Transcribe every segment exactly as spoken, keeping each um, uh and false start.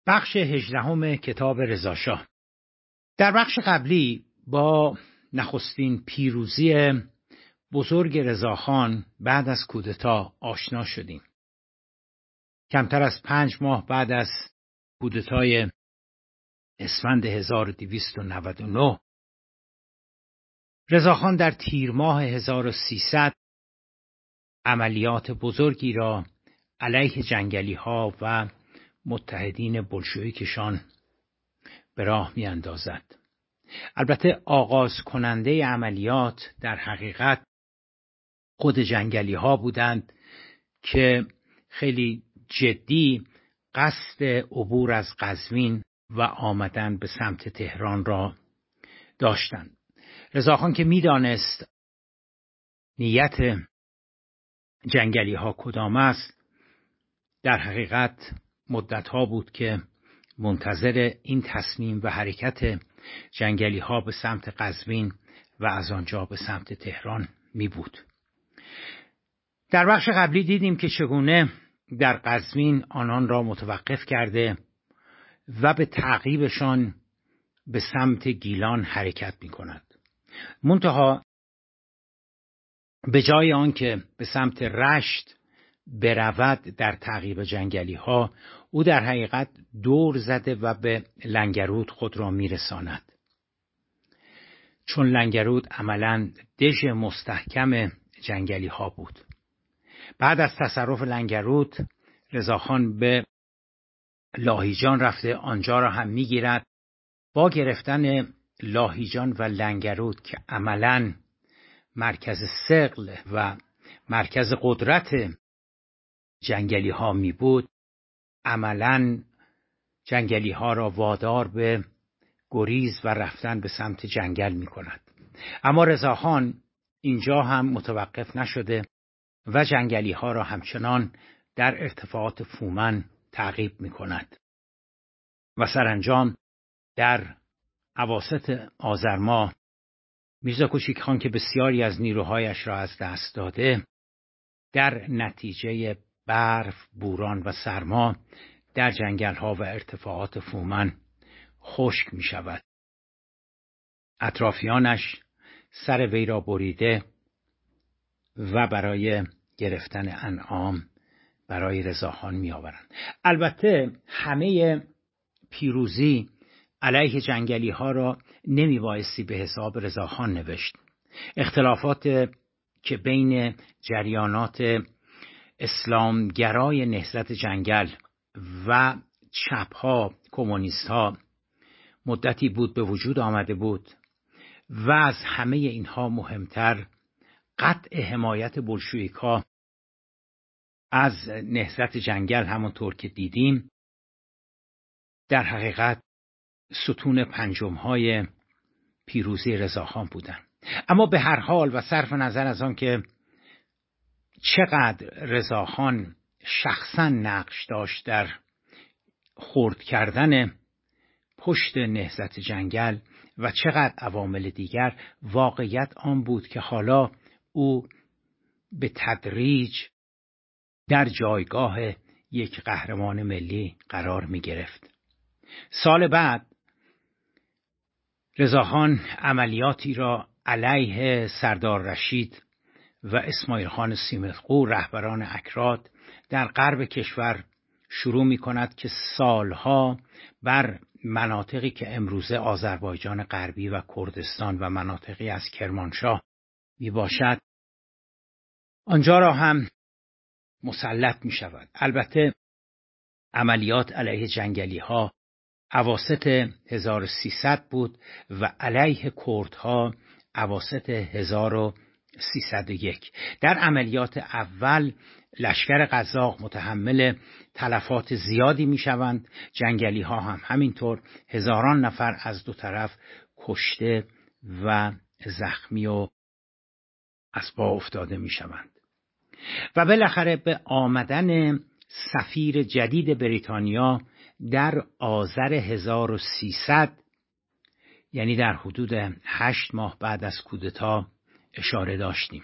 بخش هجدهم کتاب رضاشاه. در بخش قبلی با نخستین پیروزی بزرگ رضاخان بعد از کودتا آشنا شدیم. کمتر از پنج ماه بعد از کودتای اسفند هزار و دویست و نود و نه رضاخان در تیر ماه هزار و سیصد عملیات بزرگی را علیه جنگلی ها و متحدین بلشویکشان به راه می اندازد. البته آغاز کننده عملیات در حقیقت خود جنگلی ها بودند که خیلی جدی قصد عبور از قزوین و آمدن به سمت تهران را داشتند. رضاخان که می دانست نیت جنگلی ها کدام است، در حقیقت مدت ها بود که منتظر این تصمیم و حرکت جنگلی ها به سمت قزوین و از آنجا به سمت تهران می بود. در بخش قبلی دیدیم که چگونه در قزوین آنان را متوقف کرده و به تعقیبشان به سمت گیلان حرکت می کند. منتها به جای آنکه به سمت رشت برود در تعقیب جنگلی ها، او در حقیقت دور زده و به لنگرود خود را می رساند. چون لنگرود عملاً دژ مستحکم جنگلی ها بود. بعد از تصرف لنگرود رضاخان به لاهیجان رفته، آنجا را هم می گیرد. با گرفتن لاهیجان و لنگرود که عملاً مرکز ثقل و مرکز قدرت جنگلی ها می بود، عملاً جنگلی ها را وادار به گریز و رفتن به سمت جنگل می کند. اما رضاخان اینجا هم متوقف نشده و جنگلی ها را همچنان در ارتفاعات فومن تعقیب می کند و سرانجام در اواسط آذر ماه میرزا کوچیک خان که بسیاری از نیروهایش را از دست داده، در نتیجه برف، بوران و سرما در جنگل ها و ارتفاعات فومن خشک می شود. اطرافیانش سر وی را بریده و برای گرفتن انعام برای رضاخان می آورند. البته همه پیروزی علیه جنگلی ها را نمی بایستی به حساب رضاخان نوشت. اختلافات که بین جریانات اسلامگرای نهضت جنگل و چپ‌ها، کمونیست‌ها مدتی بود به وجود آمده بود و از همه اینها مهمتر قطع حمایت بلشویک‌ها از نهضت جنگل، همونطور که دیدیم در حقیقت ستون پنجم‌های پیروزی رضاخان بودند. اما به هر حال و صرف نظر از آن که چقدر رضاخان شخصا نقش داشت در خرد کردن پشت نهضت جنگل و چقدر عوامل دیگر، واقعیت آن بود که حالا او به تدریج در جایگاه یک قهرمان ملی قرار می گرفت. سال بعد رضاخان عملیاتی را علیه سردار رشید و اسماعیل خان سیمرغ، رهبران اکراد در غرب کشور شروع می کند که سالها بر مناطقی که امروزه آذربایجان غربی و کردستان و مناطقی از کرمانشاه می باشد آنجا را هم مسلط می شود. البته عملیات علیه جنگلی ها اواسط هزار و سیصد بود و علیه کردها اواسط هزار و سیصد و یک. در عملیات اول لشکر قزاق متحمل تلفات زیادی می شوند، جنگلی ها هم همینطور، هزاران نفر از دو طرف کشته و زخمی و از پا افتاده می شوند. و بالاخره به آمدن سفیر جدید بریتانیا در آذر هزار و سیصد، یعنی در حدود هشت ماه بعد از کودتا اشاره داشتیم.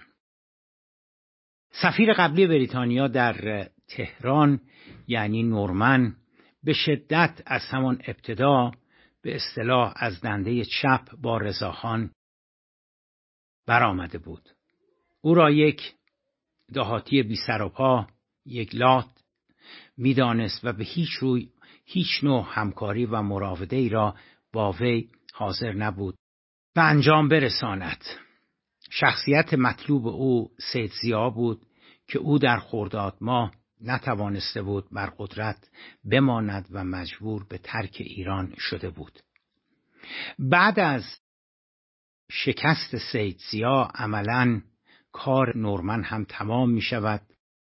سفیر قبلی بریتانیا در تهران یعنی نورمن به شدت از همان ابتدا به اصطلاح از دنده چپ با رضاخان برآمده بود. او را یک دهاتی بی سر و پا، یک لات می‌دانست و به هیچ روی هیچ نوع همکاری و مراوده ای را با وی حاضر نبود و انجام برساند. شخصیت مطلوب او سید ضیا بود که او در خرداد ماه نتوانسته بود بر قدرت بماند و مجبور به ترک ایران شده بود. بعد از شکست سید ضیا عملاً کار نورمن هم تمام می شود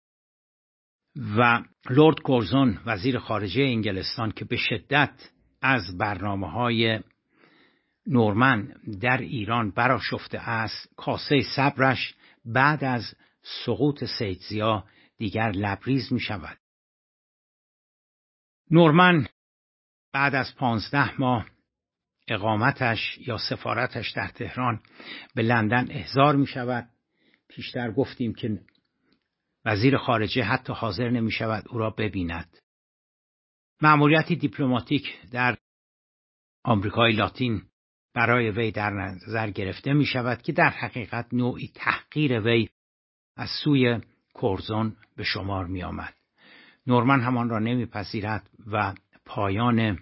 و لورد کورزون وزیر خارجه انگلستان که به شدت از برنامه‌های نورمن در ایران برآشفته است، کاسه صبرش بعد از سقوط سید ضیا دیگر لبریز می شود. نورمن بعد از پانزده ماه اقامتش یا سفارتش در تهران به لندن احضار می شود. پیشتر گفتیم که وزیر خارجه حتی حاضر نمی شود او را ببیند. مأموریتی دیپلماتیک در آمریکای لاتین برای وی در نظر گرفته می شود که در حقیقت نوعی تحقیر وی از سوی کورزون به شمار می آمد. نورمن همان را نمی پذیرد و پایان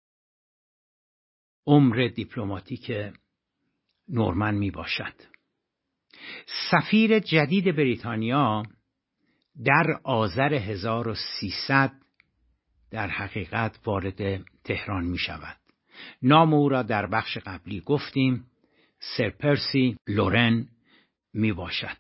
عمر دیپلماتیک نورمن می باشد. سفیر جدید بریتانیا در آذر هزار و سیصد در حقیقت وارد تهران می شود. نام او را در بخش قبلی گفتیم، سر پرسی لورن می باشد.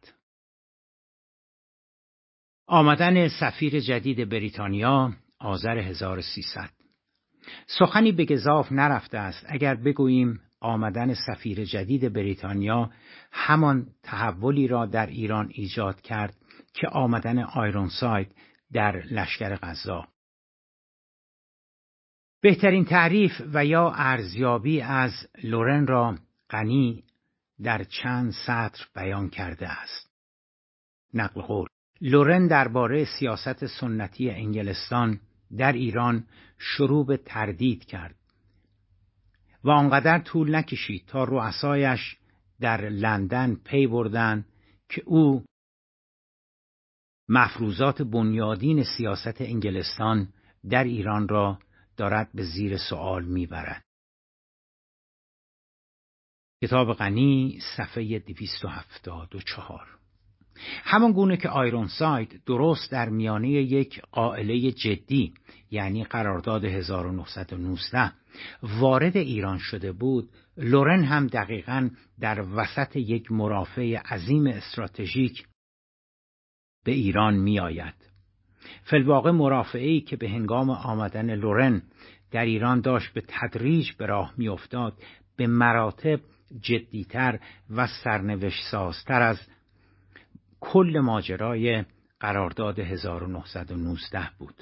آمدن سفیر جدید بریتانیا آذر هزار و سیصد. سخنی به گزاف نرفته است اگر بگوییم آمدن سفیر جدید بریتانیا همان تحولی را در ایران ایجاد کرد که آمدن آیرونساید در لشکر قزاق. بهترین تعریف و یا ارزیابی از لورن را غنی در چند سطر بیان کرده است. نقل قول: لورن درباره سیاست سنتی انگلستان در ایران شروع به تردید کرد و آنقدر طول نکشید تا رؤسایش در لندن پی بردند که او مفروضات بنیادین سیاست انگلستان در ایران را دارد به زیر سوال میبرد. کتاب غنی صفحه دویست و هفتاد و چهار. همان گونه که آیرونساید درست در میانه یک قائله جدی یعنی قرارداد هزار و نهصد و نوزده وارد ایران شده بود، لورن هم دقیقاً در وسط یک مرافعه عظیم استراتژیک به ایران می آید. فی‌الواقع مرافعه‌ای که به هنگام آمدن لورن در ایران داشت به تدریج به راه می افتاد به مراتب جدیتر و سرنوشت سازتر از کل ماجرای قرارداد هزار و نهصد و نوزده بود.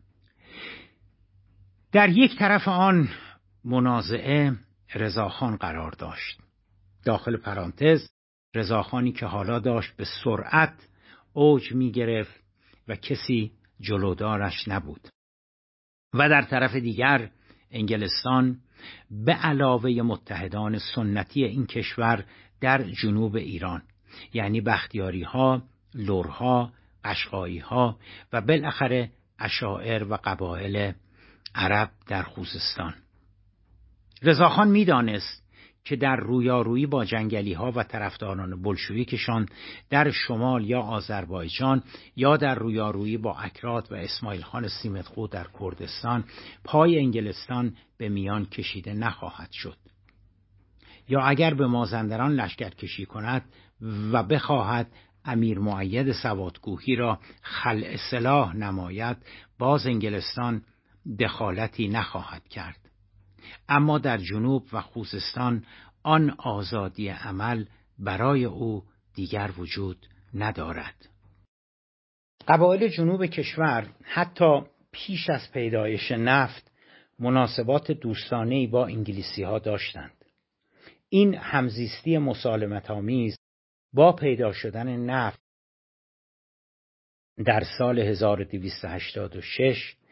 در یک طرف آن منازعه رضاخان قرار داشت. داخل پرانتز رضاخانی که حالا داشت به سرعت اوج می گرفت و کسی جلودارش نبود. و در طرف دیگر انگلستان به علاوه متحدان سنتی این کشور در جنوب ایران یعنی بختیاری ها، لرها، قشقایی ها و بالاخره اشاعر و قبایل عرب در خوزستان. رضاخان می دانست که در رویارویی با جنگلی ها و طرفداران بلشویکشان در شمال یا آذربایجان یا در رویارویی با اکراد و اسماعیل خان سیمتقو در کردستان پای انگلستان به میان کشیده نخواهد شد. یا اگر به مازندران لشکر کشی کند و بخواهد امیر مؤید سوادکوهی را خلع سلاح نماید، باز انگلستان دخالتی نخواهد کرد. اما در جنوب و خوزستان آن آزادی عمل برای او دیگر وجود ندارد. قبایل جنوب کشور حتی پیش از پیدایش نفت مناسبات دوستانه‌ای با انگلیسی‌ها داشتند. این همزیستی مسالمت‌آمیز با پیدا شدن نفت در سال هزار و دویست و هشتاد و شش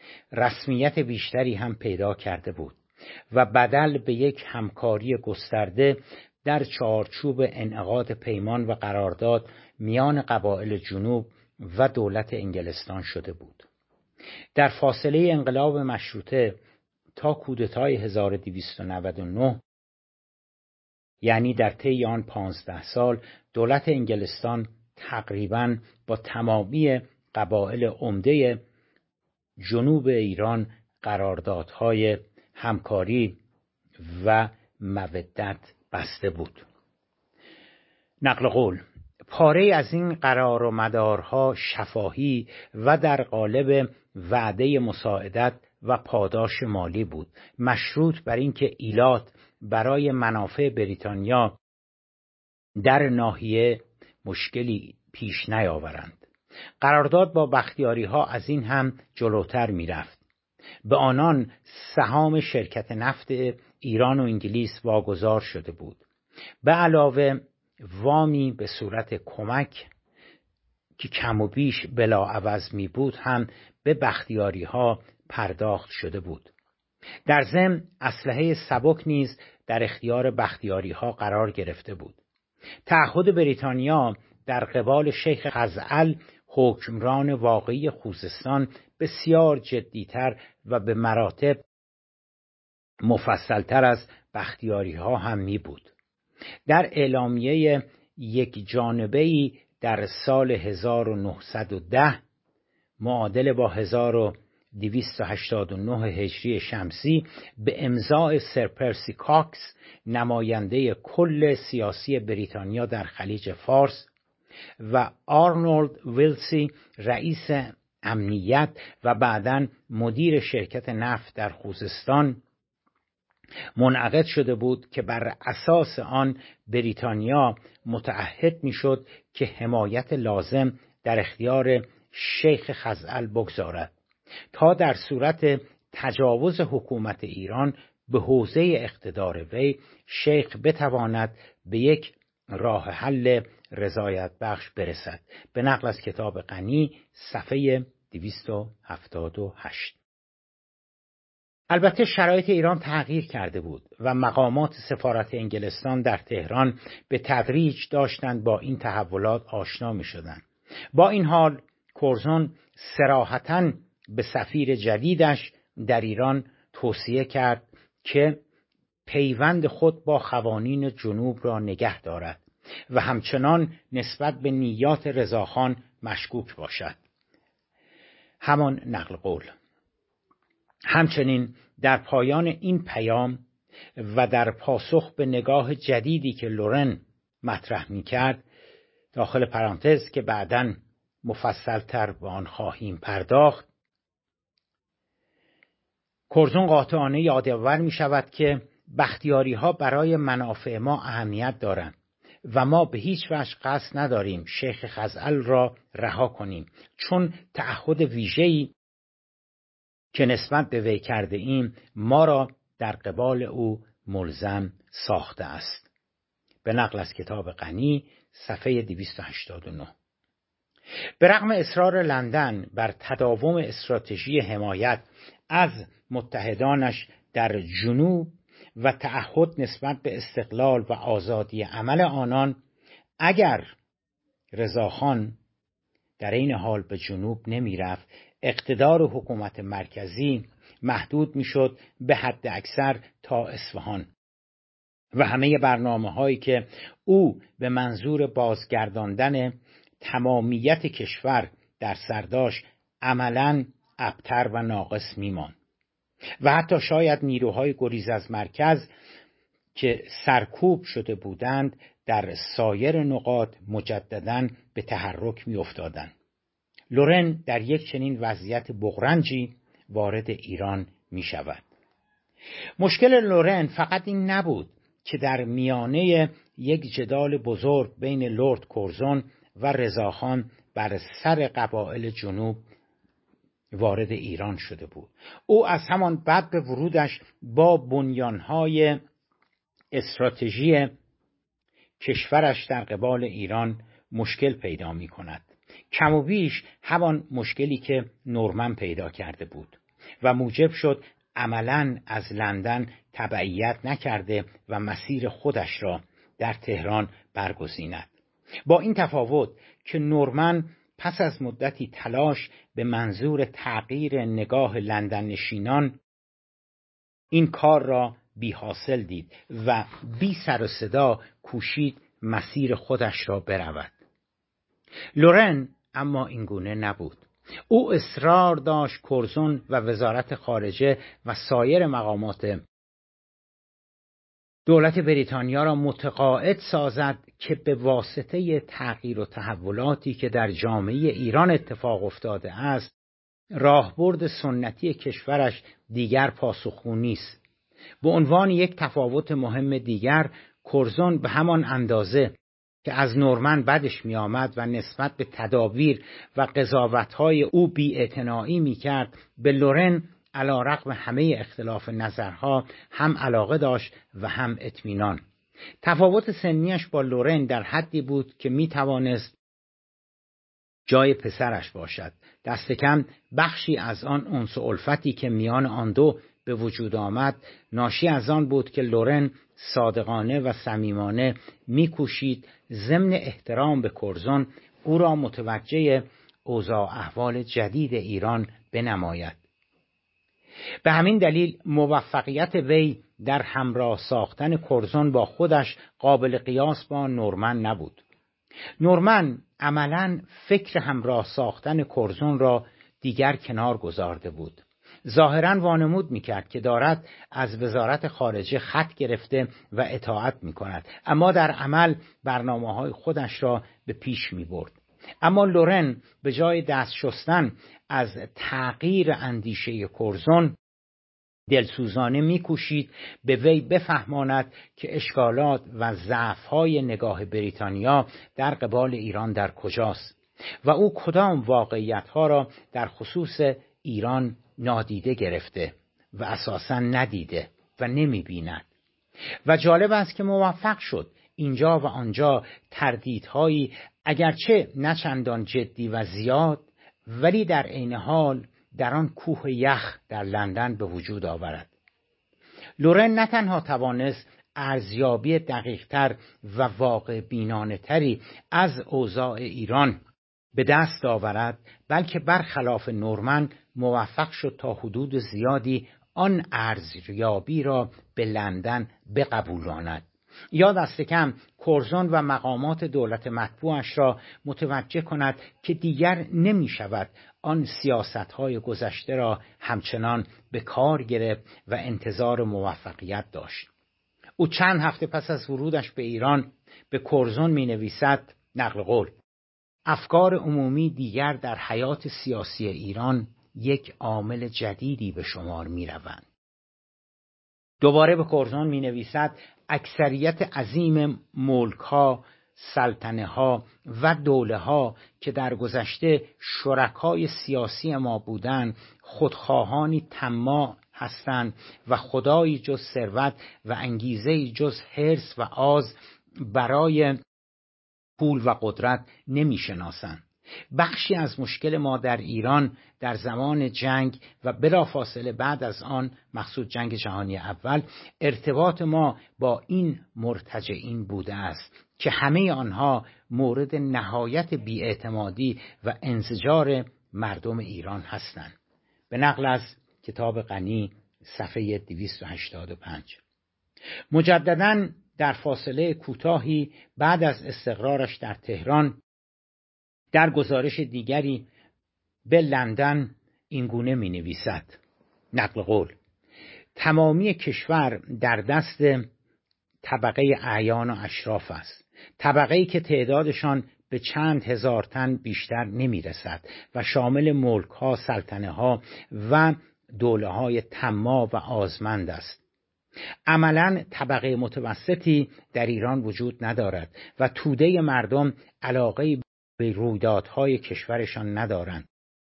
رسمیت بیشتری هم پیدا کرده بود و بدل به یک همکاری گسترده در چارچوب انعقاد پیمان و قرارداد میان قبایل جنوب و دولت انگلستان شده بود. در فاصله انقلاب مشروطه تا کودتای هزار و دویست و نود و نه، یعنی در طی آن پانزده سال، دولت انگلستان تقریباً با تمامی قبایل عمده جنوب ایران قراردادهای همکاری و مودت بسته بود. نقل قول: پاره از این قرار و مدارها شفاهی و در قالب وعده مساعدت و پاداش مالی بود، مشروط بر اینکه ایلات برای منافع بریتانیا در ناحیه مشکلی پیش نیاورند. قرارداد با بختیاری‌ها از این هم جلوتر می‌رفت. به آنان سهام شرکت نفت ایران و انگلیس واگذار شده بود. به علاوه وامی به صورت کمک که کم و بیش بلاعوض می بود هم به بختیاری‌ها پرداخت شده بود. در ضمن اسلحه سبک نیز در اختیار بختیاری‌ها قرار گرفته بود. تعهد بریتانیا در قبال شیخ خزعل، حکمران واقعی خوزستان، بسیار جدیتر و به مراتب مفصلتر از بختیاری‌ها هم می بود. در اعلامیه یک جانبه‌ای در سال هزار و نهصد و ده معادل با هزار و دویست و هشتاد و نه هجری شمسی به امضای سر پرسی کاکس، نماینده کل سیاسی بریتانیا در خلیج فارس، و آرنولد ویلسی، رئیس امنیت و بعداً مدیر شرکت نفت در خوزستان، منعقد شده بود که بر اساس آن بریتانیا متعهد میشد که حمایت لازم در اختیار شیخ خزعل بگذارد تا در صورت تجاوز حکومت ایران به حوزه اقتدار وی، شیخ بتواند به یک راه حل رضایت بخش برسد. به نقل از کتاب غنی صفحه دویست و هفتاد و هشت. البته شرایط ایران تغییر کرده بود و مقامات سفارت انگلستان در تهران به تدریج داشتند با این تحولات آشنا می شدند. با این حال کورزون صراحتاً به سفیر جدیدش در ایران توصیه کرد که پیوند خود با قوانین جنوب را نگه دارد و همچنان نسبت به نیات رضاخان مشکوک باشد. همان نقل قول. همچنین در پایان این پیام و در پاسخ به نگاه جدیدی که لورن مطرح می کرد، داخل پرانتز که بعداً مفصلتر به آن خواهیم پرداخت، کورزون قاطعانه یادآور می شود که بختیاری ها برای منافع ما اهمیت دارند و ما به هیچ وجه قصد نداریم شیخ خزعل را رها کنیم، چون تعهد ویژه‌ای که نسبت به وی کرده ایم ما را در قبال او ملزم ساخته است. به نقل از کتاب غنی صفحه دویست و هشتاد و نه. به رغم اصرار لندن بر تداوم استراتژی حمایت از متحدانش در جنوب و تعهد نسبت به استقلال و آزادی عمل آنان، اگر رضاخان در این حال به جنوب نمی رفت، اقتدار حکومت مرکزی محدود می شد به حد اکثر تا اصفهان و همه برنامه هایی که او به منظور بازگرداندن تمامیت کشور در سر داشت عملاً ابتر و ناقص می ماند و حتی شاید نیروهای گریز از مرکز که سرکوب شده بودند در سایر نقاط مجدداً به تحرک می افتادند. لورن در یک چنین وضعیت بغرنجی وارد ایران می شود. مشکل لورن فقط این نبود که در میانه یک جدال بزرگ بین لرد کورزون و رضاخان بر سر قبایل جنوب وارد ایران شده بود. او از همان بعد به ورودش با بنیانهای استراتژی کشورش در قبال ایران مشکل پیدا می کند. کم و بیش همان مشکلی که نورمن پیدا کرده بود. و موجب شد عملاً از لندن تبعیت نکرده و مسیر خودش را در تهران برگزیند. با این تفاوت که نورمن پس از مدتی تلاش به منظور تغییر نگاه لندن نشینان این کار را بی حاصل دید و بی سر و صدا کوشید مسیر خودش را برود. لورن اما اینگونه نبود. او اصرار داشت کرزون و وزارت خارجه و سایر مقامات دولت بریتانیا را متقاعد سازد که به واسطه تغییر و تحولاتی که در جامعه ایران اتفاق افتاده است، راهبرد سنتی کشورش دیگر پاسخگو نیست. به عنوان یک تفاوت مهم دیگر، کرزون به همان اندازه که از نورمن بدش می آمد و نسبت به تدابیر و قضاوت‌های او بی‌اعتنایی می کرد، به لورن علی‌رغم همه اختلاف نظرها هم علاقه داشت و هم اطمینان. تفاوت سنیش با لورن در حدی بود که می توانست جای پسرش باشد. دست کم بخشی از آن انس و الفتی که میان آن دو به وجود آمد ناشی از آن بود که لورن صادقانه و صمیمانه می‌کوشید ضمن احترام به کرزون او را متوجه اوضاع احوال جدید ایران بنماید. به همین دلیل موفقیت وی در همراه ساختن کرزون با خودش قابل قیاس با نورمن نبود. نورمن عملاً فکر همراه ساختن کرزون را دیگر کنار گذارده بود. ظاهراً وانمود می‌کرد که دارد از وزارت خارجه خط گرفته و اطاعت می‌کند، اما در عمل برنامه‌های خودش را به پیش می‌برد. اما لورن به جای دست شستن از تغییر اندیشه کرزون دلسوزانه می‌کوشید به وی بفهماند که اشکالات و ضعف‌های نگاه بریتانیا در قبال ایران در کجاست و او کدام واقعیت‌ها را در خصوص ایران نادیده گرفته و اساساً ندیده و نمی‌بیند. و جالب است که موفق شد اینجا و آنجا تردیدهایی اگرچه نه چندان جدی و زیاد، ولی در عین حال در آن کوه یخ در لندن به وجود آورد. لورن نه تنها توانست ارزیابی دقیق‌تر و واقع بینانه تری از اوضاع ایران به دست آورد، بلکه برخلاف نورمن موفق شد تا حدود زیادی آن ارزیابی را به لندن بقبولاند، یا دست کم کرزون و مقامات دولت مطبوعش را متوجه کند که دیگر نمی شود آن سیاست‌های گذشته را همچنان به کار گرفت و انتظار موفقیت داشت. او چند هفته پس از ورودش به ایران به کرزون می نویسد، نقل قول: افکار عمومی دیگر در حیات سیاسی ایران یک عامل جدیدی به شمار می روند. دوباره به کرزون می نویسد اکثریت عظیم ملک‌ها، سلطنه‌ها و دوله‌ها که در گذشته شرکای سیاسی ما بودند، خودخواهانی طماع هستند و خدایی جز ثروت و انگیزه‌ای جز حرص و آز برای پول و قدرت نمی‌شناسند. بخشی از مشکل ما در ایران در زمان جنگ و بلافاصله بعد از آن، مخصوص جنگ جهانی اول، ارتباط ما با این مرتجعین بوده است که همه آنها مورد نهایت بی‌اعتمادی و انزجار مردم ایران هستند. به نقل از کتاب غنی صفحه دویست و هشتاد و پنج. مجدداً در فاصله کوتاهی بعد از استقرارش در تهران، در گزارش دیگری به لندن اینگونه می نویسد، نقل قول: تمامی کشور در دست طبقه اعیان و اشراف است، طبقه‌ای که تعدادشان به چند هزار تن بیشتر نمی رسد و شامل ملک‌ها، سلطنه‌ها و دوله‌های طماع و آزمند است. عملاً طبقه متوسطی در ایران وجود ندارد و توده مردم علاقه به رویدادهای کشورشان ندارند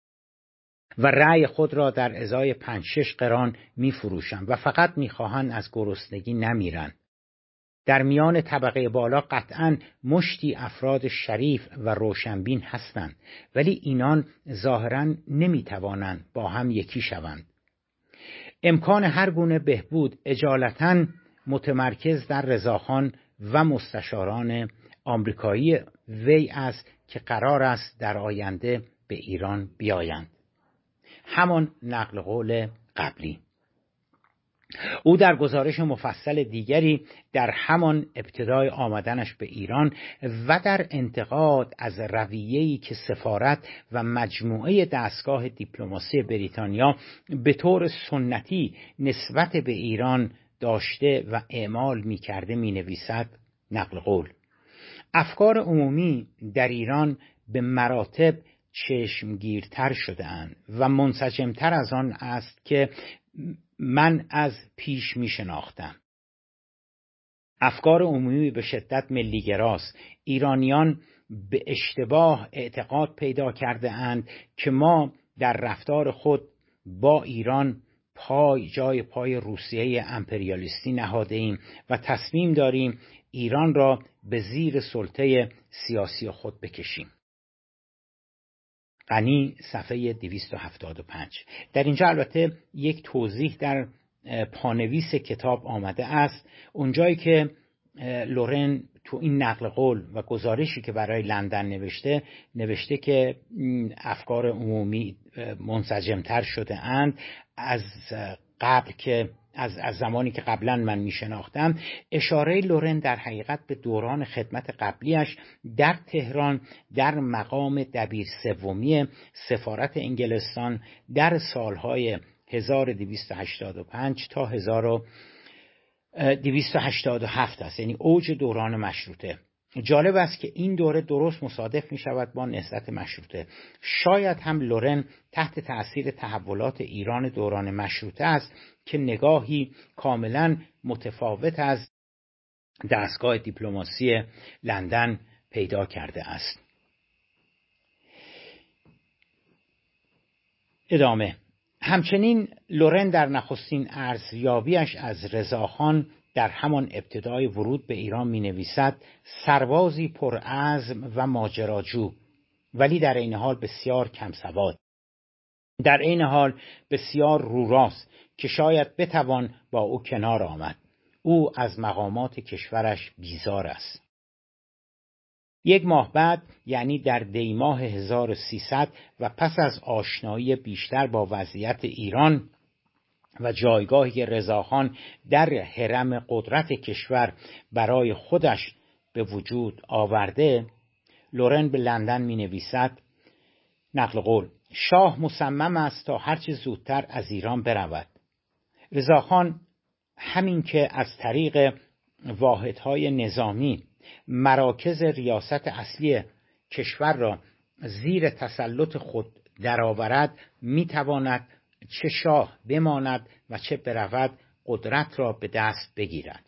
و رأی خود را در ازای پنج شش قران می فروشند و فقط می خواهند از گرسنگی نمیرند. در میان طبقه بالا قطعاً مشتی افراد شریف و روشنبین هستند، ولی اینان ظاهراً نمی توانند با هم یکی شوند. امکان هر گونه بهبود اجالتاً متمرکز در رضاخان و مستشاران آمریکایی وی است که قرار است در آینده به ایران بیایند. همان نقل قول قبلی. او در گزارش مفصل دیگری در همان ابتدای آمدنش به ایران و در انتقاد از رویه‌ای که سفارت و مجموعه دستگاه دیپلماسی بریتانیا به طور سنتی نسبت به ایران داشته و اعمال می‌کرده می‌نویسد نقل قول: افکار عمومی در ایران به مراتب چشمگیرتر شده اند و منسجمتر از آن است که من از پیش می شناختم. افکار عمومی به شدت ملی‌گراست. ایرانیان به اشتباه اعتقاد پیدا کرده اند که ما در رفتار خود با ایران پای جای پای روسیه امپریالیستی نهاده ایم و تصمیم داریم ایران را به زیر سلطه سیاسی خود بکشیم. غنی صفحه دویست و هفتاد و پنج. در اینجا البته یک توضیح در پانویس کتاب آمده است، اونجایی که لورن تو این نقل قول و گزارشی که برای لندن نوشته نوشته که افکار عمومی منسجمتر شده اند از قبل که از, از زمانی که قبلا من می شناختم. اشاره لورن در حقیقت به دوران خدمت قبلیش در تهران در مقام دبیر سومی سفارت انگلستان در سالهای هزار و دویست و هشتاد و پنج تا هزار و دویست و هشتاد و هفت است، یعنی اوج دوران مشروطه. جالب است که این دوره درست مصادف می شود با نهضت مشروطه. شاید هم لورن تحت تأثیر تحولات ایران دوران مشروطه است که نگاهی کاملا متفاوت از دستگاه دیپلماسی لندن پیدا کرده است. ادامه. همچنین لورن در نخستین ارزیابیش از رضاخان در همان ابتدای ورود به ایران می نویسد: سربازی پرعزم و ماجراجو، ولی در این حال بسیار کم سواد، در این حال بسیار روراست که شاید بتوان با او کنار آمد. او از مقامات کشورش بیزار است. یک ماه بعد، یعنی در دی ماه هزار و سیصد و پس از آشنایی بیشتر با وضعیت ایران و جایگاهی که رضاخان در حرم قدرت کشور برای خودش به وجود آورده، لورن به لندن می نویسد نقل قول: شاه مصمم است تا هرچه زودتر از ایران برود. رضاخان همین که از طریق واحدهای نظامی مراکز ریاست اصلی کشور را زیر تسلط خود درآورد، میتواند چه شاه بماند و چه برود قدرت را به دست بگیرد.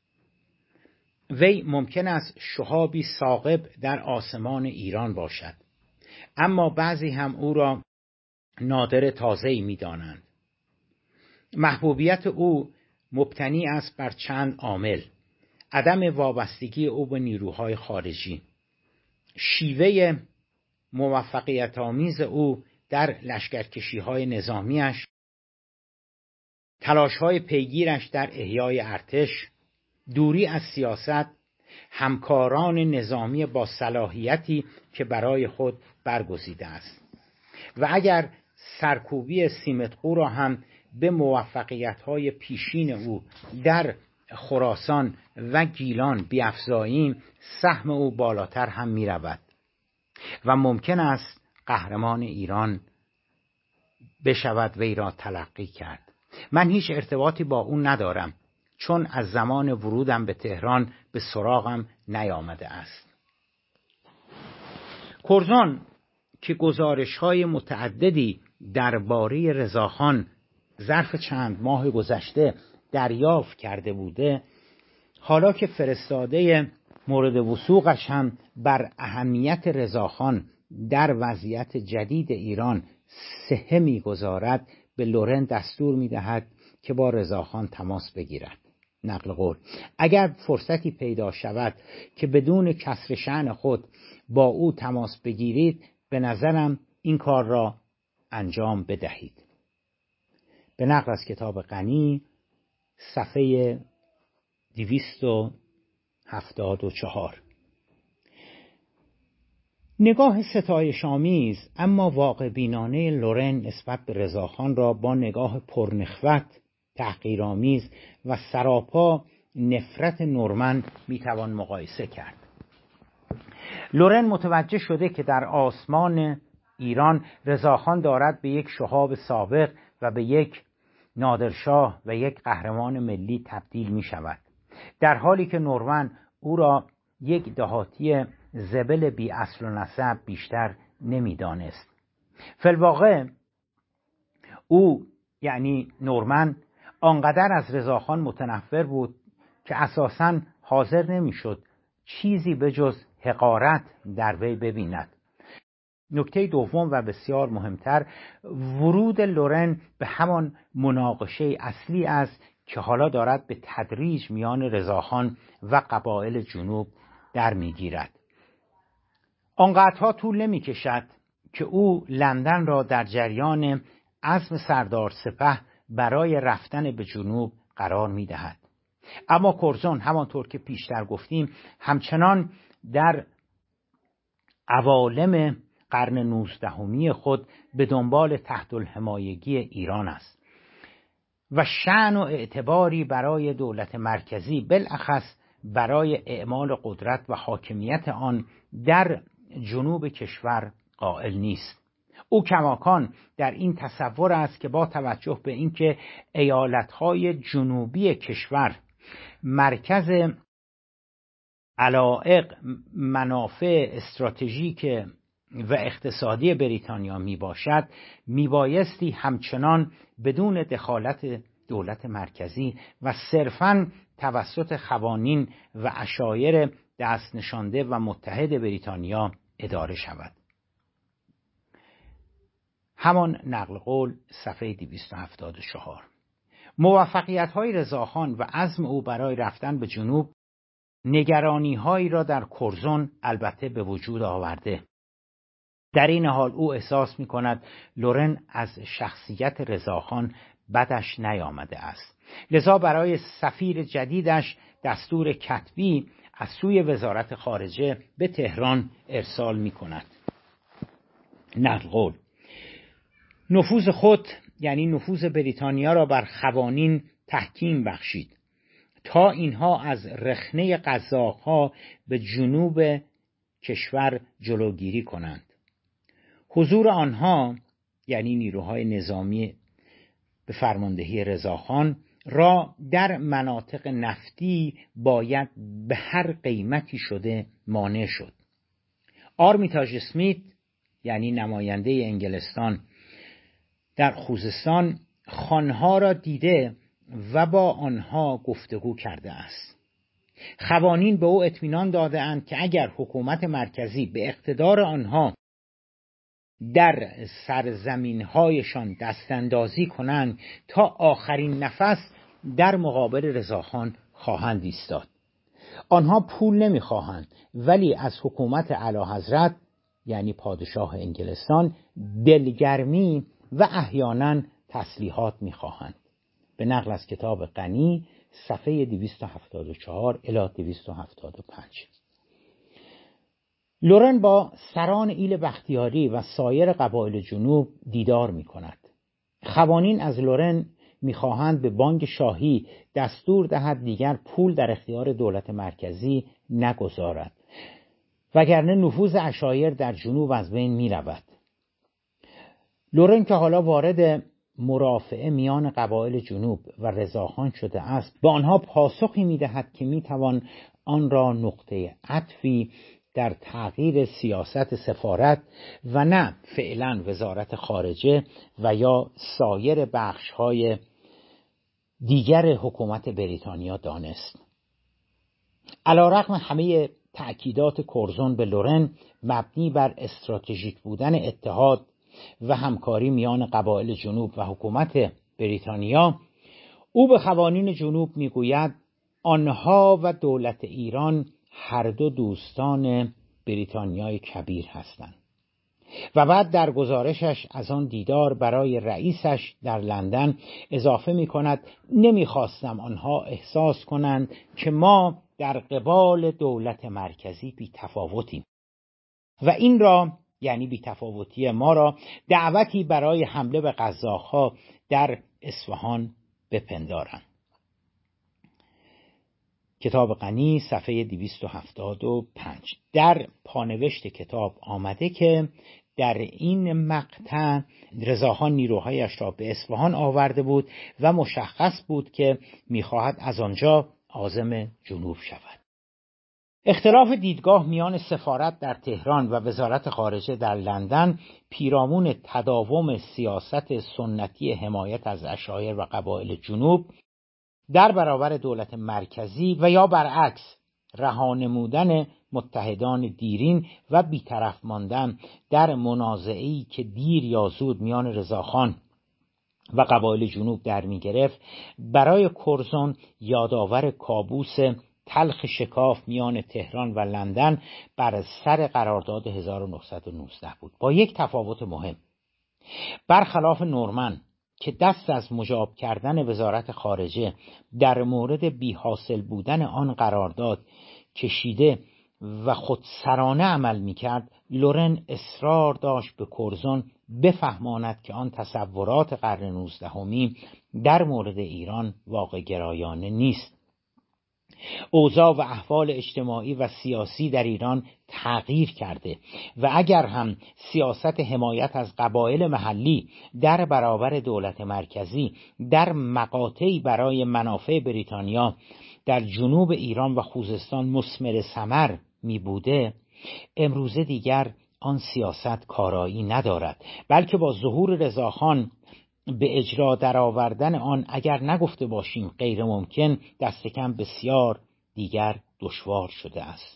وی ممکن است شهابی ثاقب در آسمان ایران باشد، اما بعضی هم او را نادر تازه‌ای می‌دانند. محبوبیت او مبتنی است بر چند عامل: عدم وابستگی او به نیروهای خارجی، شیوه موفقیت آمیز او در لشکرکشی‌های نظامیش، تلاش‌های پیگیرش در احیای ارتش، دوری از سیاست، همکاران نظامی با صلاحیتی که برای خود برگزیده است. و اگر سرکوبی سیمتقو را هم به موفقیت‌های پیشین او در خراسان و گیلان بیفزاییم، سهم او بالاتر هم می رود و ممکن است قهرمان ایران بشود وی را تلقی کرد. من هیچ ارتباطی با او ندارم، چون از زمان ورودم به تهران به سراغم نیامده است. کرزان که گزارش‌های متعددی درباره رضاخان ظرف چند ماه گذشته دریافت کرده بوده، حالا که فرستاده مورد وثوقش هم بر اهمیت رضاخان در وضعیت جدید ایران سهه می‌گذارد، به لورن دستور می‌دهد که با رضاخان تماس بگیرد. نقل قول: اگر فرصتی پیدا شود که بدون کسر شأن خود با او تماس بگیرید، به نظرم این کار را انجام بدهید. به نقل از کتاب غنی صفحه دویست و هفتاد و چهار. نگاه ستایش‌آمیز اما واقع بینانه لورن نسبت به رضاخان را با نگاه پرنخوت، تحقیرآمیز و سراپا نفرت نورمن میتوان مقایسه کرد. لورن متوجه شده که در آسمان ایران رضاخان دارد به یک شهاب سابق و به یک نادرشاه و یک قهرمان ملی تبدیل می شود، در حالی که نورمن او را یک دهاتی زبل بی اصل و نسب بیشتر نمی دانست. فی‌الواقع او یعنی نورمن آنقدر از رضاخان متنفر بود که اساساً حاضر نمی شد چیزی به جز حقارت در وی ببیند. نکته دوم و بسیار مهمتر، ورود لورن به همان مناقشه اصلی است که حالا دارد به تدریج میان رضاخان و قبایل جنوب در میگیرد. آنقدرها طول نمی کشد که او لندن را در جریان عزم سردار سپه برای رفتن به جنوب قرار می دهد. اما کرزون همانطور که پیشتر گفتیم همچنان در عوالم قرن نوزدهمی خود به دنبال تحت الحمایگی ایران است و شأن و اعتباری برای دولت مرکزی بالاخص برای اعمال قدرت و حاکمیت آن در جنوب کشور قائل نیست. او کماکان در این تصور است که با توجه به اینکه ایالت‌های جنوبی کشور مرکز علایق، منافع استراتژیک و اقتصادی بریتانیا می باشد، می بایستی همچنان بدون دخالت دولت مرکزی و صرفاً توسط قوانین و عشایر دست نشانده و متحد بریتانیا اداره شود. همان نقل قول صفحه دویست و هفتاد و چهار. موفقیت‌های رضاخان و عزم او برای رفتن به جنوب نگرانی‌هایی را در کرزون البته به وجود آورده. در این حال او احساس می‌کند لورن از شخصیت رضاخان بدش نیامده است. لذا برای سفیر جدیدش دستور کتبی از سوی وزارت خارجه به تهران ارسال می‌کند. نقل قول: نفوذ خود یعنی نفوذ بریتانیا را بر قوانین تحکیم بخشید تا اینها از رخنه قزاق‌ها به جنوب کشور جلوگیری کنند. حضور آنها یعنی نیروهای نظامی به فرماندهی رضاخان را در مناطق نفتی باید به هر قیمتی شده مانع شد. آرمیتاژ اسمیت یعنی نماینده انگلستان در خوزستان خانها را دیده و با آنها گفتگو کرده است. قوانین به او اطمینان داده اند که اگر حکومت مرکزی به اقتدار آنها در سرزمین‌هایشان دستاندازی کنند تا آخرین نفس در مقابل رضاخان خواهند ایستاد. آنها پول نمی‌خواهند ولی از حکومت اعلیحضرت یعنی پادشاه انگلستان دلگرمی و احیانا تسلیحات می‌خواهند. به نقل از کتاب غنی صفحه دویست و هفتاد و چهار الی دویست و هفتاد و پنج. لورن با سران ایل بختیاری و سایر قبایل جنوب دیدار می کند. قوانین از لورن می خواهند به بانک شاهی دستور دهد دیگر پول در اختیار دولت مرکزی نگذارد وگرنه نفوذ عشایر در جنوب از بین می رود. لورن که حالا وارد مرافعه میان قبایل جنوب و رضاخان شده است به آنها پاسخی می دهد که می توان آن را نقطه عطفی در تغییر سیاست سفارت و نه فعلا وزارت خارجه و یا سایر بخش‌های دیگر حکومت بریتانیا دانست. علی‌رغم همه تأکیدات کرزون به لورن مبنی بر استراتژیک بودن اتحاد و همکاری میان قبایل جنوب و حکومت بریتانیا، او به قوانین جنوب میگوید آنها و دولت ایران هر دو دوستان بریتانیای کبیر هستند. و بعد در گزارشش از آن دیدار برای رئیسش در لندن اضافه می کند نمیخواستم آنها احساس کنند که ما در قبال دولت مرکزی بی تفاوتیم و این را، یعنی بی تفاوتی ما را، دعوتی برای حمله به قزاق‌ها در اصفهان بپندارند. کتاب غنی صفحه دویست و هفتاد و پنج. در پانوشت کتاب آمده که در این مقطع رضاخان نیروهایش را به اصفهان آورده بود و مشخص بود که می‌خواهد از آنجا عازم جنوب شود. اختلاف دیدگاه میان سفارت در تهران و وزارت خارجه در لندن پیرامون تداوم سیاست سنتی حمایت از عشایر و قبایل جنوب در برابر دولت مرکزی و یا برعکس رها نمودن متحدان دیرین و بی‌طرف ماندن در منازعه‌ای که دیر یا زود میان رضاخان و قبایل جنوب در می گرفت برای کرزون یادآور کابوس تلخ شکاف میان تهران و لندن بر سر قرارداد هزار و نهصد و نوزده بود، با یک تفاوت مهم. برخلاف نورمن که دست از مجاب کردن وزارت خارجه در مورد بی حاصل بودن آن قرارداد کشیده و خودسرانه عمل میکرد، لورن اصرار داشت به کرزون بفهماند که آن تصورات قرن نوزدهمی در مورد ایران واقع گرایانه نیست. اوضاع و احوال اجتماعی و سیاسی در ایران تغییر کرده و اگر هم سیاست حمایت از قبایل محلی در برابر دولت مرکزی در مقاطعی برای منافع بریتانیا در جنوب ایران و خوزستان مثمر ثمر می بوده، امروزه دیگر آن سیاست کارایی ندارد، بلکه با ظهور رضاخان به اجرا درآوردن آن اگر نگفته باشیم غیر ممکن، دست کم بسیار دیگر دشوار شده است.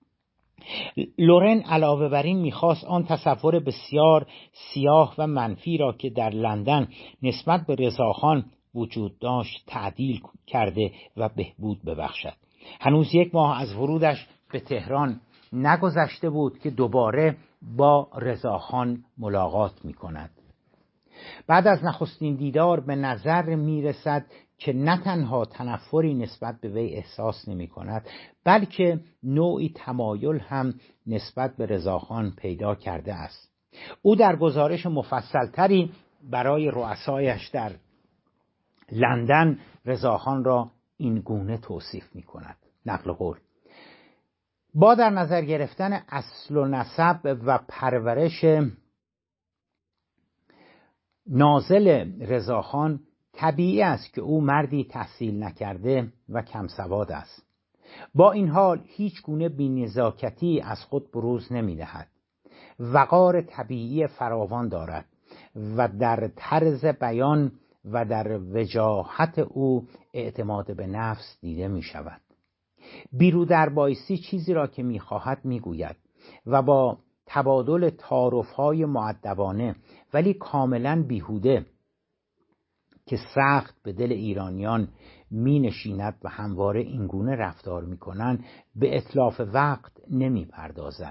لورن علاوه بر این میخواست آن تصور بسیار سیاه و منفی را که در لندن نسبت به رضاخان وجود داشت تعدیل کرده و بهبود ببخشد. هنوز یک ماه از ورودش به تهران نگذشته بود که دوباره با رضاخان ملاقات میکند. بعد از نخستین دیدار به نظر میرسد که نه تنها تنفری نسبت به وی احساس نمی کند، بلکه نوعی تمایل هم نسبت به رضاخان پیدا کرده است. او در گزارش مفصلتری برای رؤسایش در لندن رضاخان را این گونه توصیف می کند. نقل قول: با در نظر گرفتن اصل و نسب و پرورش نازل رضاخان طبیعی است که او مردی تحصیل نکرده و کم سواد است. با این حال هیچ گونه بی‌نزاکتی از خود بروز نمی دهد. وقار طبیعی فراوان دارد و در طرز بیان و در وجاهت او اعتماد به نفس دیده می شود. بیرو در بایستی چیزی را که می خواهد می گوید و با تبادل تعارف‌های مؤدبانه ولی کاملا بیهوده که سخت به دل ایرانیان می نشیند و همواره اینگونه رفتار می کنند به اتلاف وقت نمی پردازد.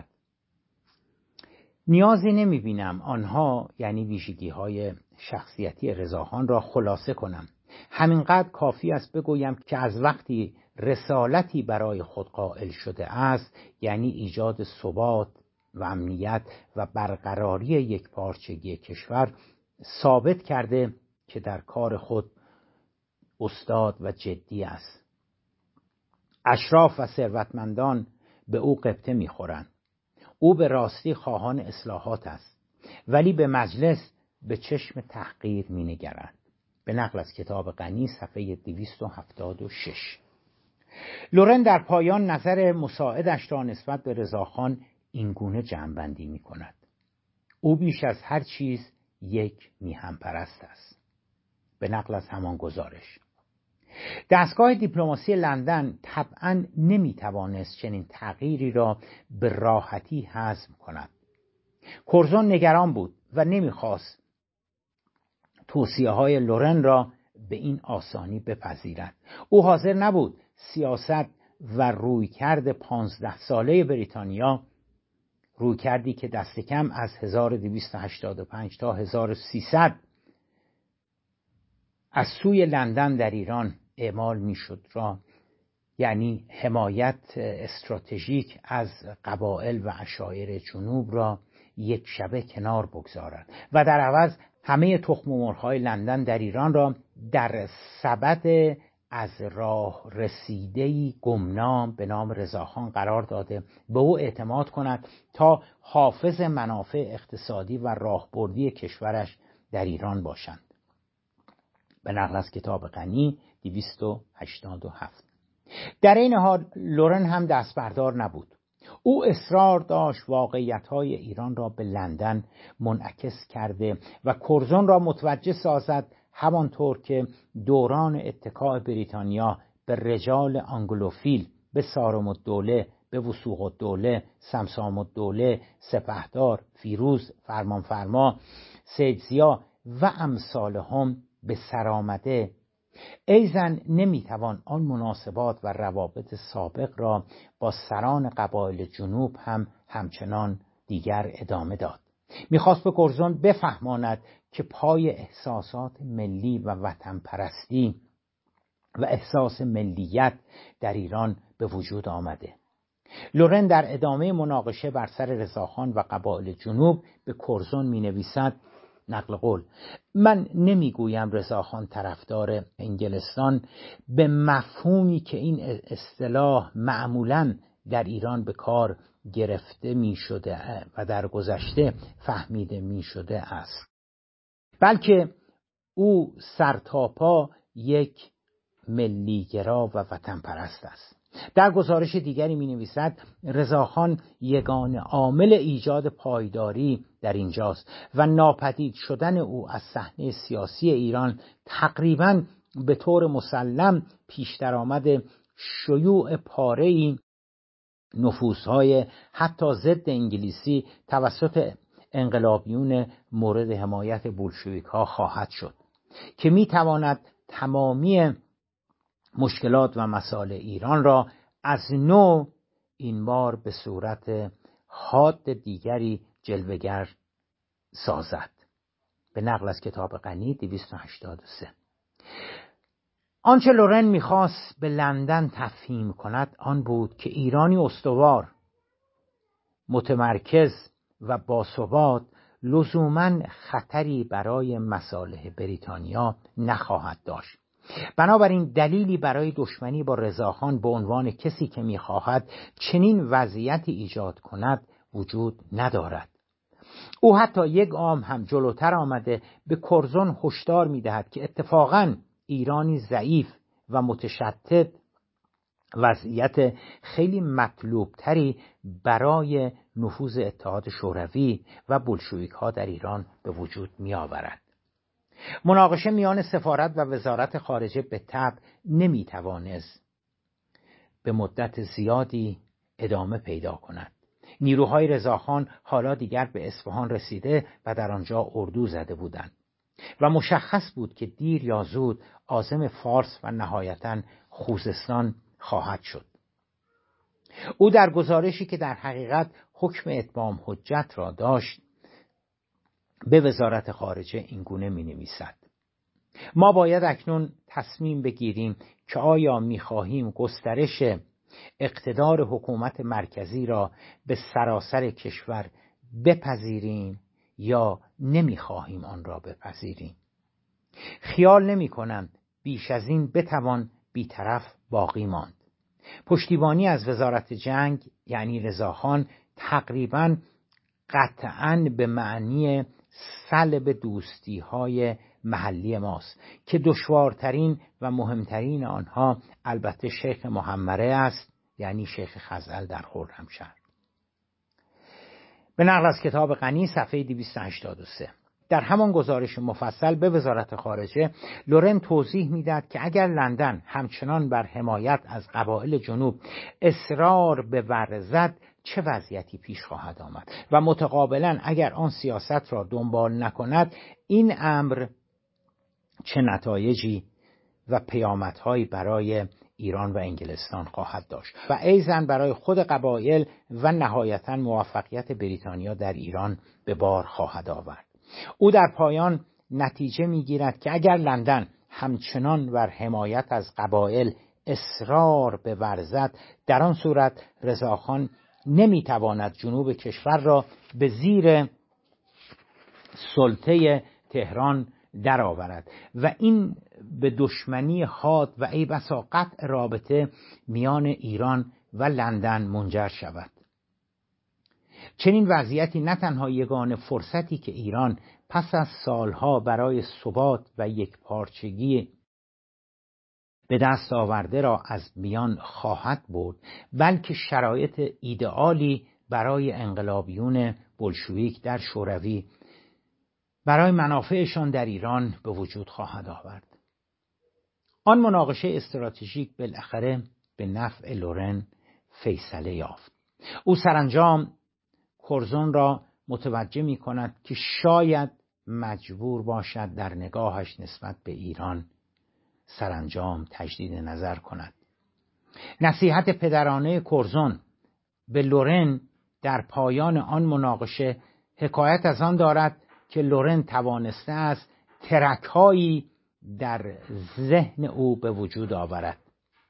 نیازی نمی بینم آنها، یعنی ویژگی های شخصیتی رضاخان را خلاصه کنم. همینقدر کافی است بگویم که از وقتی رسالتی برای خود قائل شده است، یعنی ایجاد ثبات و امنیت و برقراری یک پارچگی کشور، ثابت کرده که در کار خود استاد و جدی است. اشراف و ثروتمندان به او غبطه می‌خورند. او به راستی خواهان اصلاحات است، ولی به مجلس به چشم تحقیر می‌نگرد. به نقل از کتاب غنی صفحه دویست و هفتاد و شش. لورن در پایان نظر مساعدش را نسبت به رضاخان اینگونه جمع‌بندی می‌کند: او بیش از هر چیز یک میهن پرست است. به نقل از همان گزارش. دستگاه دیپلماسی لندن طبعاً نمیتوانست چنین تغییری را به راحتی هضم کند. کرزون نگران بود و نمیخواست توصیه‌های لورن را به این آسانی بپذیرد. او حاضر نبود سیاست و رویکرد پانزده ساله بریتانیا روی کردی که دست کم از هزار و دویست و هشتاد و پنج تا هزار و سیصد از سوی لندن در ایران اعمال میشد را، یعنی حمایت استراتژیک از قبایل و عشایر جنوب را یک شبه کنار بگذارد و در عوض همه تخم و مرغ‌های لندن در ایران را در سبد از راه رسیده‌ای گمنام به نام رضاخان قرار داده به او اعتماد کند تا حافظ منافع اقتصادی و راهبردی کشورش در ایران باشند. به نقل از کتاب غنی دویست و هشتاد و هفت. در این حال لورن هم دست بردار نبود. او اصرار داشت واقعیت‌های ایران را به لندن منعکس کرده و کرزون را متوجه سازد، همانطور که دوران اتکاء بریتانیا به رجال آنگلوفیل، به سارم الدوله، به وثوق الدوله، سمسام الدوله، سپهدار، فیروز، فرمانفرما، سید ضیا و امثالهم به سر آمده، ایزن نمیتوان آن مناسبات و روابط سابق را با سران قبایل جنوب هم همچنان دیگر ادامه داد. میخواست به کرزون بفهماند که پای احساسات ملی و وطن پرستی و احساس ملیت در ایران به وجود آمده. لورن در ادامه مناقشه بر سر رضاخان و قبایل جنوب به کرزون می نویسد، نقل قول: من نمیگویم رضاخان طرفدار انگلستان به مفهومی که این اصطلاح معمولاً در ایران به کار گرفته می شده و در گذشته فهمیده می شده است، بلکه او سرتاپا یک ملیگرا و وطن پرست است. در گزارش دیگری می نویسد رضاخان یگانه عامل ایجاد پایداری در اینجاست و ناپدید شدن او از صحنه سیاسی ایران تقریباً به طور مسلم پیش درآمد شیوع پاره‌ای نفوذهای حتی ضد انگلیسی توسط انقلابیون مورد حمایت بولشویک ها خواهد شد که می تواند تمامی مشکلات و مسائل ایران را از نو این بار به صورت حاد دیگری جلوه‌گر سازد. به نقل از کتاب غنی دویست و هشتاد و سه. آنچه لورن میخواست به لندن تفهیم کند آن بود که ایرانی استوار، متمرکز و باثبات لزوماً خطری برای مصالح بریتانیا نخواهد داشت. بنابراین دلیلی برای دشمنی با رضاخان به عنوان کسی که میخواهد چنین وضعیتی ایجاد کند وجود ندارد. او حتی یک گام هم جلوتر آمده به کرزون هشدار میدهد که اتفاقاً ایرانی ضعیف و متشتت وضعیت خیلی مطلوب تری برای نفوذ اتحاد شوروی و بولشویک ها در ایران به وجود می آورد. مناقشه میان سفارت و وزارت خارجه به طبع نمی توانست به مدت زیادی ادامه پیدا کند. نیروهای رضاخان حالا دیگر به اصفهان رسیده و در آنجا اردو زده بودند و مشخص بود که دیر یا زود عازم فارس و نهایتاً خوزستان خواهد شد. او در گزارشی که در حقیقت حکم اتمام حجت را داشت به وزارت خارجه اینگونه می نویسد: ما باید اکنون تصمیم بگیریم که آیا می خواهیم گسترش اقتدار حکومت مرکزی را به سراسر کشور بپذیریم یا نمی خواهیم آن را بپذیریم. خیال نمی کنم بیش از این بتوان بی‌طرف باقی ماند. پشتیبانی از وزارت جنگ یعنی رضاخان تقریباً قطعاً به معنی سلب دوستی های محلی ماست که دشوارترین و مهمترین آنها البته شیخ محمره است، یعنی شیخ خزعل در خرمشهر. به نقل از کتاب غنی صفحه دویست و هشتاد و سه. در همان گزارش مفصل به وزارت خارجه لورن توضیح میداد که اگر لندن همچنان بر حمایت از قبایل جنوب اصرار به ورزد چه وضعیتی پیش خواهد آمد و متقابلا اگر آن سیاست را دنبال نکند این امر چه نتایجی و پیامدهایی برای ایران و انگلستان خواهد داشت و ایضاً برای خود قبایل و نهایتاً موفقیت بریتانیا در ایران به بار خواهد آورد. او در پایان نتیجه می‌گیرد که اگر لندن همچنان بر حمایت از قبایل اصرار بورزد، در آن صورت رضاخان نمی‌تواند جنوب کشور را به زیر سلطه تهران درآورد و این به دشمنی حاد و ای بسا قطع رابطه میان ایران و لندن منجر شود. چنین وضعیتی نه تنها یگانه فرصتی که ایران پس از سالها برای ثبات و یکپارچگی به دست آورده را از میان خواهد برد، بلکه شرایط ایدئالی برای انقلابیون بلشویک در شوروی برای منافعشان در ایران به وجود خواهد آورد. آن مناقشه استراتژیک بالاخره به نفع لورن فیصله یافت. او سرانجام کرزون را متوجه می کند که شاید مجبور باشد در نگاهش نسبت به ایران سرانجام تجدید نظر کند. نصیحت پدرانه کرزون به لورن در پایان آن مناقشه حکایت از آن دارد که لورن توانسته است ترک‌هایی در ذهن او به وجود آورد.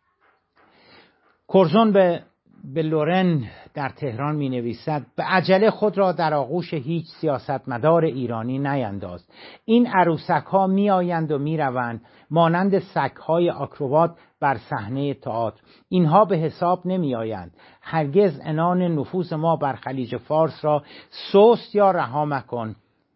کرزون به به لورن در تهران می نویسد: به عجله خود را در آغوش هیچ سیاستمدار ایرانی نینداز. این عروسک ها می آیند و می روند مانند سگ های آکروبات بر صحنه تئاتر. اینها به حساب نمی آیند. هرگز عنان نفوذ ما بر خلیج فارس را سست یا رها مکن.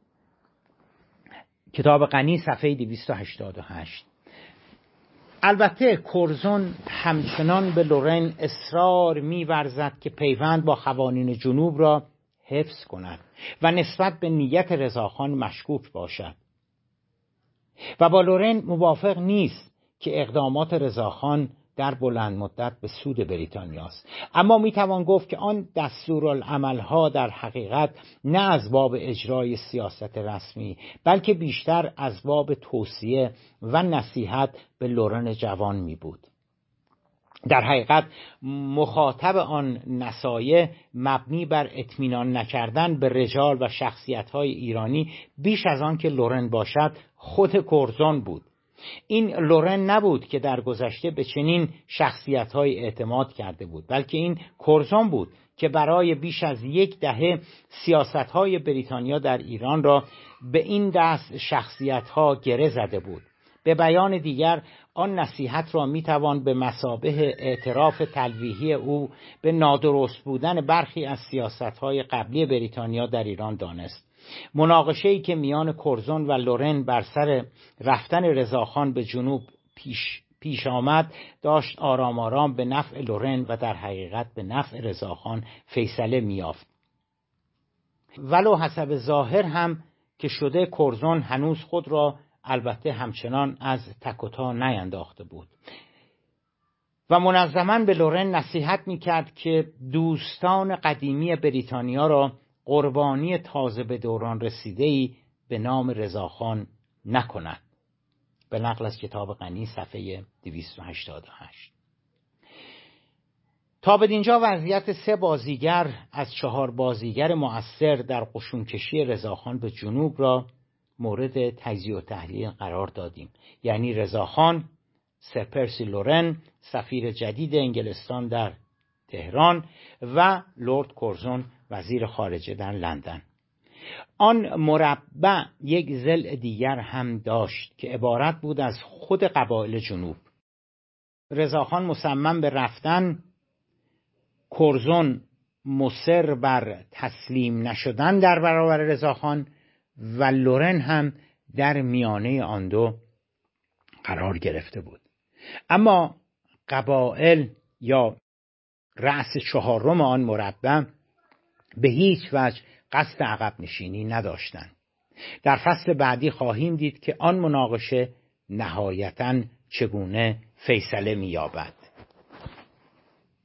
کتاب غنی صفحه دویست و هشتاد و هشت. البته کرزون همچنان به لورن اصرار می‌ورزد که پیوند با قوانین جنوب را حفظ کند و نسبت به نیت رضاخان مشکوک باشد و با لورن موافق نیست که اقدامات رضاخان در بلند مدت به سود بریتانیا است. اما میتوان گفت که آن دستورالعمل‌ها در حقیقت نه از باب اجرای سیاست رسمی، بلکه بیشتر از باب توصیه و نصیحت به لورن جوان می بود. در حقیقت مخاطب آن نصایح مبنی بر اطمینان نکردن به رجال و شخصیت‌های ایرانی بیش از آن که لورن باشد خود کرزون بود. این لورن نبود که در گذشته به چنین شخصیت‌های اعتماد کرده بود، بلکه این کرزون بود که برای بیش از یک دهه سیاست‌های بریتانیا در ایران را به این دست شخصیت‌ها گره زده بود. به بیان دیگر آن نصیحت را میتوان به مثابه اعتراف تلویحی او به نادرست بودن برخی از سیاست‌های قبلی بریتانیا در ایران دانست. مناقشه‌ای که میان کرزون و لورن بر سر رفتن رضاخان به جنوب پیش پیش آمد داشت آرام آرام به نفع لورن و در حقیقت به نفع رضاخان فیصله می‌یافت. ولو حسب ظاهر هم که شده کرزون هنوز خود را البته همچنان از تک و تا نینداخته بود و منظماً به لورن نصیحت می‌کرد که دوستان قدیمی بریتانیا را قربانی تازه به دوران رسیده‌ای به نام رضاخان نکند. به نقل از کتاب غنی صفحه دویست و هشتاد و هشت. تا به اینجا وضعیت سه بازیگر از چهار بازیگر مؤثر در قشونکشی رضاخان به جنوب را مورد تجزیه و تحلیل قرار دادیم، یعنی رضاخان، سر پرسی لورن سفیر جدید انگلستان در تهران و لرد کرزون وزیر خارجه در لندن. آن مربع یک ضلع دیگر هم داشت که عبارت بود از خود قبایل جنوب. رضاخان مصمم به رفتن، کرزون مصر بر تسلیم نشدن در برابر رضاخان و لورن هم در میانه آن دو قرار گرفته بود. اما قبایل یا رأس چهارم آن مربع به هیچ وجه قصد عقب نشینی نداشتند. در فصل بعدی خواهیم دید که آن مناقشه نهایتاً چگونه فیصله می‌یابد.